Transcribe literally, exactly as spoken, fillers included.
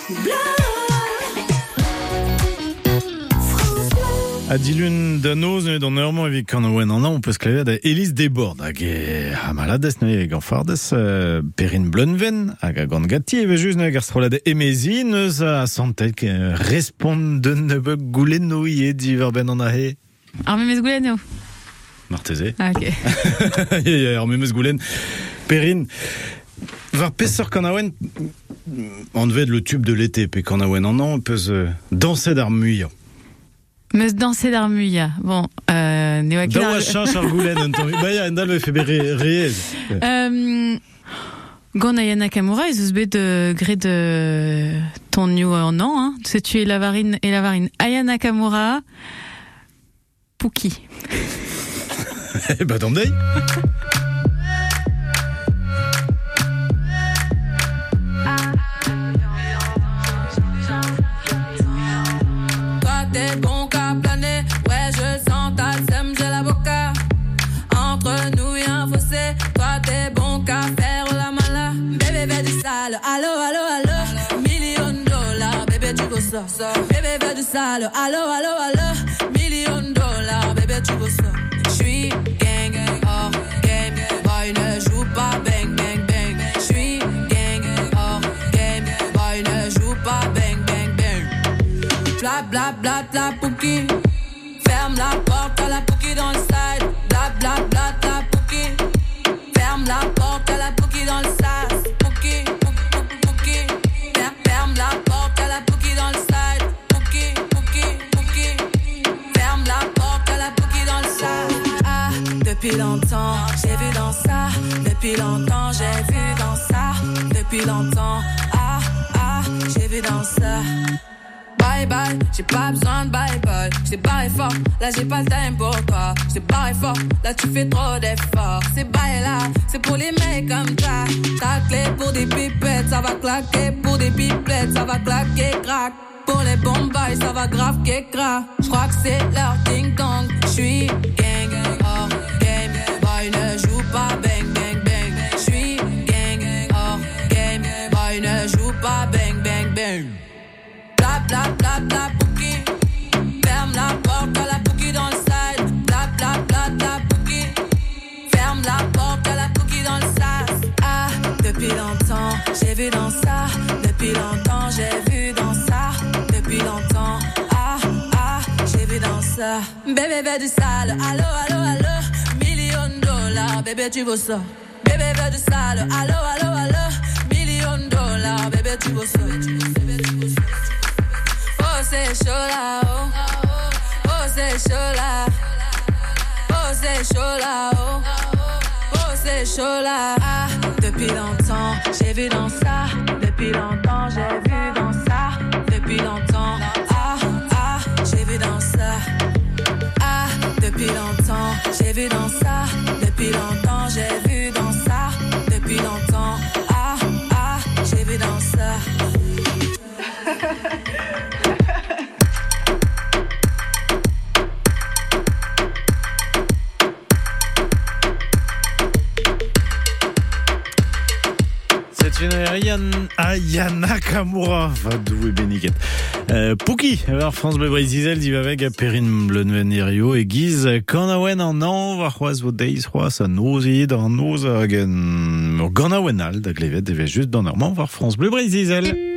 A dilun da noz ne d'an eurmañ evit kan ouen an an, on peut se claver da Élise Desbordes hag e ha maladez ne e gant euh, Perrine Blonven hag a gant gati eve just ne garstrola da emezi neus a santel ke respond de ne beug goulen no ie diver ben an ahe. Ar memez goulen eo. Marteze. Ah, ok. Ya, ya, ar memez goulen. Perrine, var peseur kan aouen, an ved le tube de l'été, pe kan aouen an an, peus euh, danser d'ar muiañ. Meus danser d'ar muiañ. Bon, euh, ne oa ket Da ar... oa chanch ar goulen an tamm. Ba ya, endal ve fe bet re- reez. Euh, Gant a Aya Nakamura, ez eus bet euh, gret de ton new an an, hein. Setu e lavarine, e lavarine Aya Nakamura, Pouki. Eh ben, attendez. Toi t'es bon qu'à planer, ouais je sens ta sème, j'ai l'avocat. Entre nous y'a un fossé, toi t'es bon qu'à faire la mala. Bébé veut du sale, allo allo allo, million de dollars, bébé tu veux ça. Bébé veut du sale, allo allo allo, million de dollars, bébé tu veux ça. J'suis gang, hors game, boy ne joue pas bang bang bang. J'suis gang, hors game, boy ne joue pas bang bang bang. Bla bla bla la pouki, ferme la porte à la pouki dans le side. Bla bla bla la pouki, ferme la porte à la pouki dans le sas. Pouki, pouki, pouki, ferme la porte à la pouki dans le side. Pouki, pouki, pouki, ferme la porte à la pouki dans le sas. Ah, depuis longtemps, j'ai vu dans ça. Depuis longtemps, j'ai vu dans ça. Depuis longtemps, ah, ah, j'ai vu dans ça. Bye bye, j'ai pas besoin de bye bye. J't'ai barré fort, là j'ai pas le time pour toi. J't'ai barré fort, là tu fais trop d'efforts. C'est bye là, c'est pour les mecs comme ça. Ta clé pour des pipettes, ça va claquer. Pour des pipettes, ça va claquer, crack. Pour les bombes, ça va grave qu'écra. J'crois que c'est leur ding dong. J'suis gang, hors game, boy ne joue pas bang bang bang. J'suis gang, hors game, boy ne joue pas bang bang bang. Bla bla bla bla pouki, ferme la porte à la pouki dans le side. Bla bla bla bla pouki, ferme la porte à la pouki dans le sas. Ah, depuis longtemps, j'ai vu dans ça. Depuis longtemps, j'ai vu dans ça. Depuis longtemps, ah, ah, j'ai vu dans ça. Bébé veut du sale, allo, allo, allo. Million de dollars, bébé tu veux ça. Bébé veut du sale, allo, allo, allo. Million de dollars, bébé tu veux ça. Oh c'est chaud là, oh, oh c'est chaud là, oh c'est chaud là, oh, oh c'est chaud là. Ah, depuis longtemps, j'ai vu dans ça. Depuis longtemps, j'ai vu dans ça. Depuis longtemps, ah, ah, j'ai vu dans ça. Ah, depuis longtemps, j'ai vu dans ça. Depuis longtemps, j'ai vu dans ça. Depuis longtemps, ah, ah, j'ai vu dans ça. C'est une Aya Nakamura, va doué béniquette. Euh, Pouki, alors France Bleu Brésil, d'y va avec à Perrine Blonven Rio et Guise, quand awen en an, va c'hoaz vo deiz c'hoaz a nozi d'ar noz hag en gant awen al, da glevet, devait juste d'an armand, voir France Bleu Brésil.